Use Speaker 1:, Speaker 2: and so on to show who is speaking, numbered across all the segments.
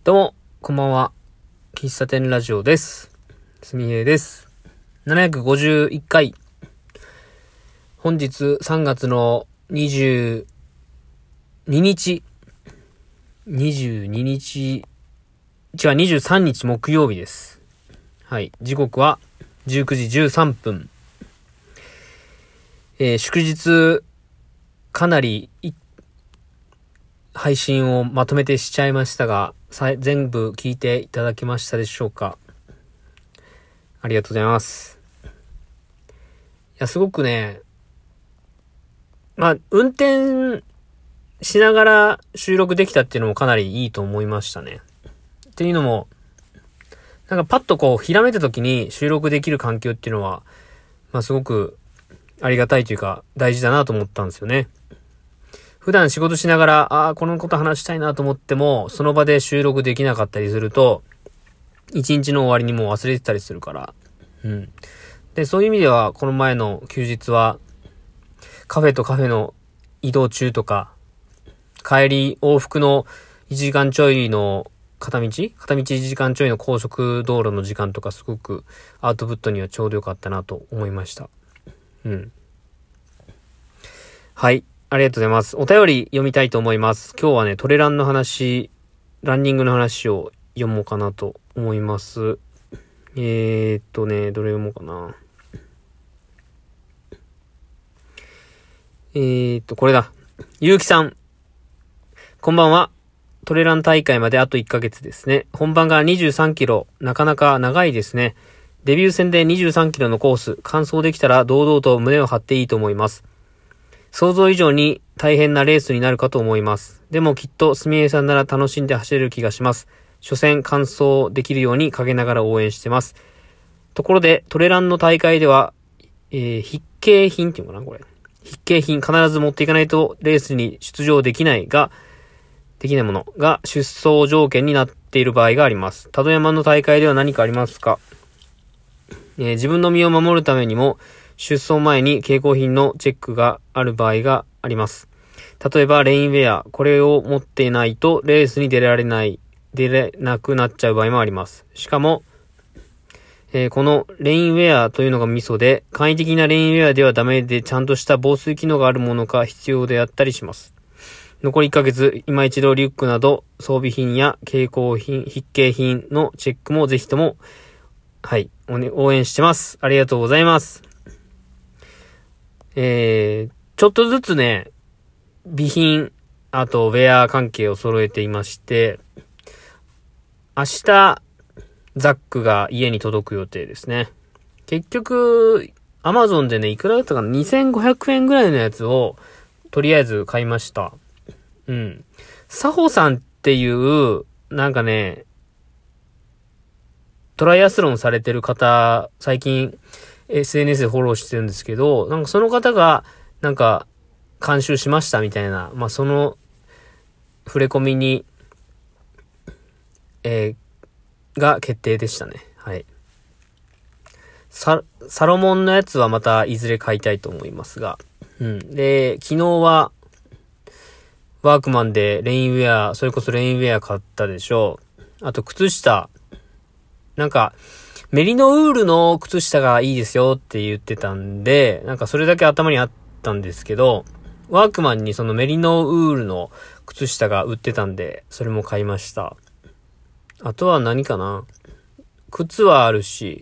Speaker 1: どうも、こんばんは。喫茶店ラジオです。すみへいです。751回。本日3月の22日。22日、23日木曜日です。はい。時刻は19時13分。祝日、かなり配信をまとめてしちゃいましたが、全部聞いていただけましたでしょうか。ありがとうございます。いや、すごくね、運転しながら収録できたっていうのもかなりいいと思いましたね。っていうのも、なんかパッとこう、ひらめいた時に収録できる環境っていうのは、すごくありがたいというか、大事だなと思ったんですよね。普段仕事しながら、このこと話したいなと思っても、その場で収録できなかったりすると、一日の終わりにもう忘れてたりするから。で、そういう意味では、この前の休日は、カフェとカフェの移動中とか、帰り往復の1時間ちょいの片道1時間ちょいの高速道路の時間とかすごくアウトプットにはちょうどよかったなと思いました。はい。ありがとうございます。お便り読みたいと思います。今日はね、トレランの話、ランニングの話を読もうかなと思います。どれ読もうかな。これだ。ゆうきさん。こんばんは。トレラン大会まであと1ヶ月ですね。本番が23キロ。なかなか長いですね。デビュー戦で23キロのコース、完走できたら堂々と胸を張っていいと思います。想像以上に大変なレースになるかと思います。でもきっとすみえさんなら楽しんで走れる気がします。初戦完走できるように陰ながら応援してます。ところでトレランの大会では、必携品っていうのかなこれ。必携品必ず持っていかないとレースに出場できないものが出走条件になっている場合があります。門山の大会では何かありますか？自分の身を守るためにも出走前に携行品のチェックがある場合があります。例えばレインウェア、これを持っていないとレースに出れなくなっちゃう場合もあります。しかも、このレインウェアというのがミソで、簡易的なレインウェアではダメでちゃんとした防水機能があるものが必要であったりします。残り1ヶ月、今一度リュックなど装備品や携行品、必携品のチェックもぜひとも、応援してます。ありがとうございます。ちょっとずつね、備品、あとウェア関係を揃えていまして、明日、ザックが家に届く予定ですね。結局、アマゾンでね、いくらだったかな ?2500 円ぐらいのやつを、とりあえず買いました。サホさんっていう、なんかね、トライアスロンされてる方、最近 SNS でフォローしてるんですけど、なんかその方が、なんか、監修しましたみたいな、その、触れ込みに、が決定でしたね。はい。サロモンのやつはまたいずれ買いたいと思いますが。で、昨日は、ワークマンでレインウェア、それこそレインウェア買ったでしょう。あと靴下。なんか、メリノウールの靴下がいいですよって言ってたんで、なんかそれだけ頭にあったんですけど、ワークマンにそのメリノウールの靴下が売ってたんで、それも買いました。あとは何かな？靴はあるし、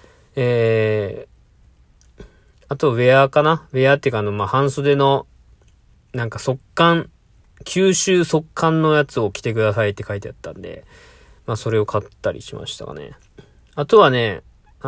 Speaker 1: あとウェアかな？ウェアっていうか半袖の、なんか吸収速乾のやつを着てくださいって書いてあったんで、それを買ったりしましたかね。あとはね、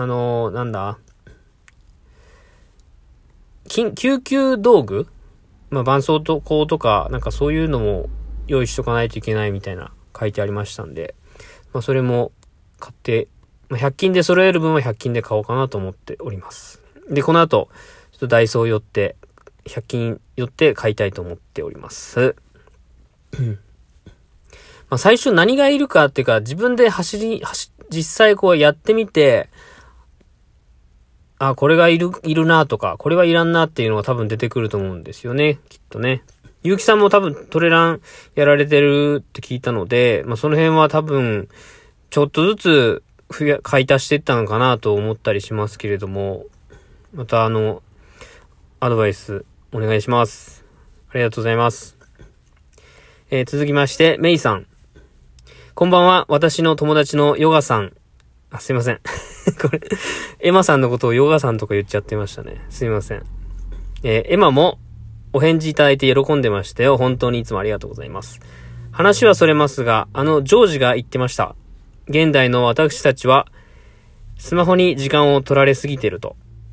Speaker 1: 救急道具？絆創膏とか、なんかそういうのも用意しとかないといけないみたいな書いてありましたんで、それも買って、100均で揃える分は100均で買おうかなと思っております。で、この後、ちょっとダイソー寄って、100均寄って買いたいと思っております。最初何がいるかっていうか、自分で実際こうやってみて、これがいるなとか、これはいらんなっていうのが多分出てくると思うんですよね。きっとね。 ゆうきさんも多分トレランやられてるって聞いたので、その辺は多分、ちょっとずつ買い足していったのかなと思ったりしますけれども、またアドバイスお願いします。ありがとうございます。続きまして、メイさん。こんばんは。私の友達のヨガさん。すいません。これ、エマさんのことをヨガさんとか言っちゃってましたね。すいません。エマもお返事いただいて喜んでましたよ。本当にいつもありがとうございます。話はそれますが、ジョージが言ってました。現代の私たちは、スマホに時間を取られすぎてると。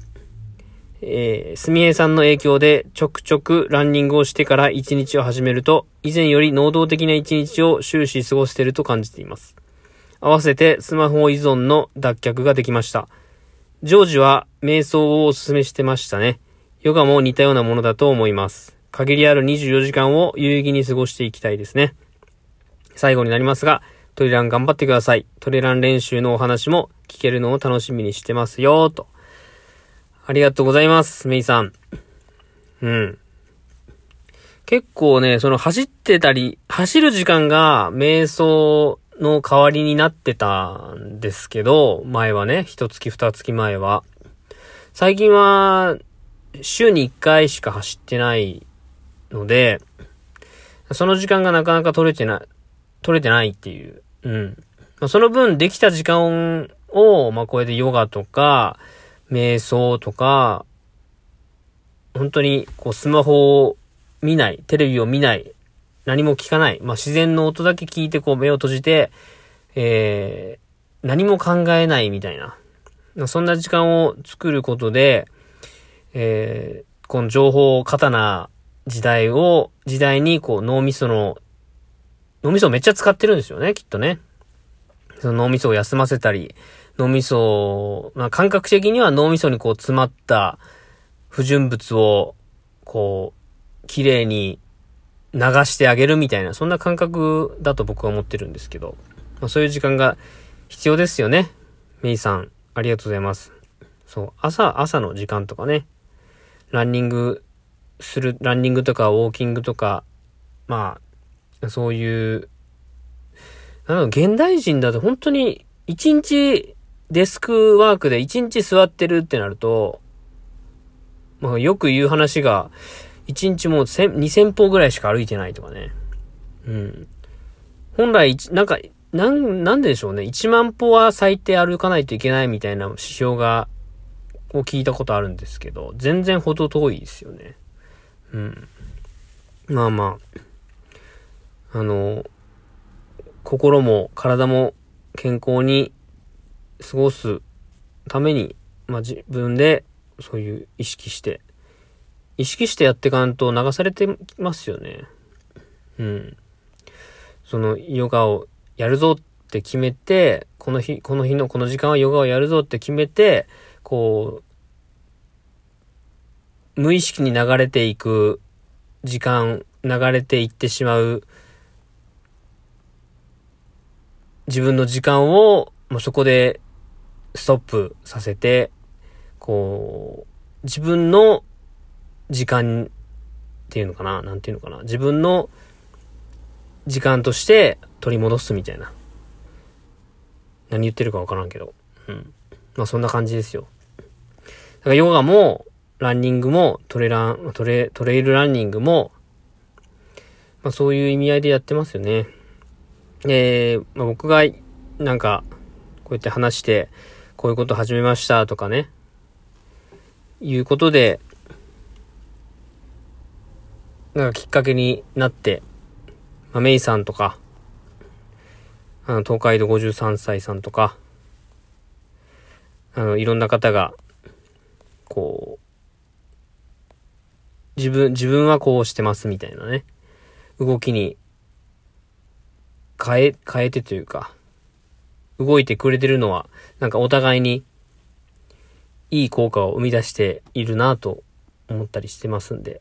Speaker 1: すみえさんの影響でちょくちょくランニングをしてから一日を始めると、以前より能動的な一日を終始過ごしていると感じています。合わせてスマホ依存の脱却ができました。ジョージは瞑想をお勧めしてましたね。ヨガも似たようなものだと思います。限りある24時間を有意義に過ごしていきたいですね。最後になりますが、トレラン頑張ってください。トレラン練習のお話も聞けるのを楽しみにしてますよ、と。ありがとうございます、メイさん。結構ね、走る時間が瞑想の代わりになってたんですけど、前はね、1月2月前は。最近は、週に1回しか走ってないので、その時間がなかなか取れてないっていう。その分できた時間を、これでヨガとか、瞑想とか、本当にスマホを見ない、テレビを見ない、何も聞かない、自然の音だけ聞いて目を閉じて、何も考えないみたいな。そんな時間を作ることで、この情報過多な時代に脳みそをめっちゃ使ってるんですよね、きっとね。その脳みそを休ませたり、感覚的には脳みそに詰まった不純物を綺麗に流してあげるみたいな、そんな感覚だと僕は思ってるんですけど、そういう時間が必要ですよね。メイさん、ありがとうございます。そう、朝の時間とかね、ランニングとかウォーキングとか、そういう、現代人だと本当に一日デスクワークで一日座ってるってなると、よく言う話が、一日もう2000歩ぐらいしか歩いてないとかね。本来、なんででしょうね。1万歩は最低歩かないといけないみたいな指標を聞いたことあるんですけど、全然ほど遠いですよね。心も体も健康に過ごすために、自分でそういう意識してやっていかんと流されてますよね。そのヨガをやるぞって決めて、この日のこの時間はヨガをやるぞって決めて、無意識に流れていく時間、流れていってしまう自分の時間をそこでストップさせて、自分の時間っていうのかな、なんていうのかな、自分の時間として取り戻すみたいな。何言ってるかわからんけど。そんな感じですよ。だからヨガも、ランニングも、トレイルランニングも、そういう意味合いでやってますよね。僕が、こうやって話して、こういうこと始めましたとかね、いうことで、きっかけになって、メイさんとか、東海道53歳さんとか、いろんな方が、自分はこうしてますみたいなね、動きに変えてというか、動いてくれてるのは、お互いにいい効果を生み出しているなと思ったりしてますんで、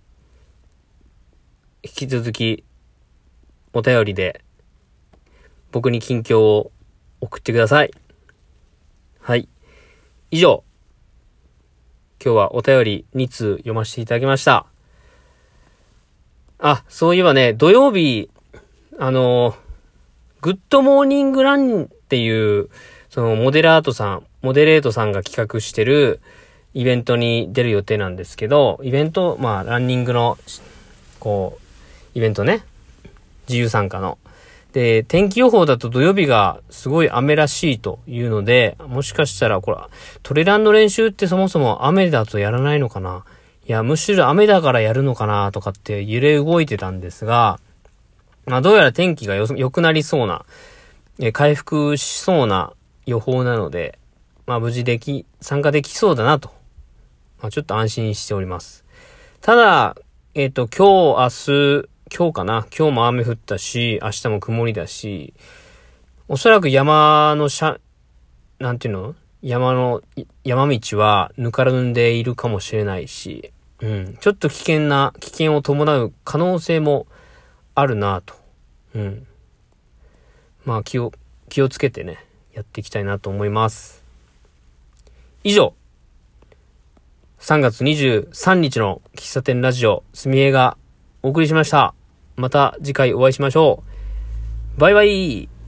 Speaker 1: 引き続きお便りで僕に近況を送ってください。はい。以上、今日はお便り2通読ませていただきました。 そういえばね、土曜日、グッドモーニングランっていう、そのモデレートさんが企画してるイベントに出る予定なんですけど、イベント、ランニングの、イベントね。自由参加の。で、天気予報だと土曜日がすごい雨らしいというので、もしかしたらこれ、トレランの練習ってそもそも雨だとやらないのかな？いや、むしろ雨だからやるのかなとかって揺れ動いてたんですが、どうやら天気が良くなりそうな、回復しそうな予報なので、無事参加できそうだなと、ちょっと安心しております。ただ、今日も雨降ったし、明日も曇りだし、おそらく山道はぬかるんでいるかもしれないし、ちょっと危険を伴う可能性もあるなと。気をつけてね、やっていきたいなと思います。以上、3月23日の喫茶店ラジオ、すみえがお送りしました。また次回お会いしましょう。バイバイ。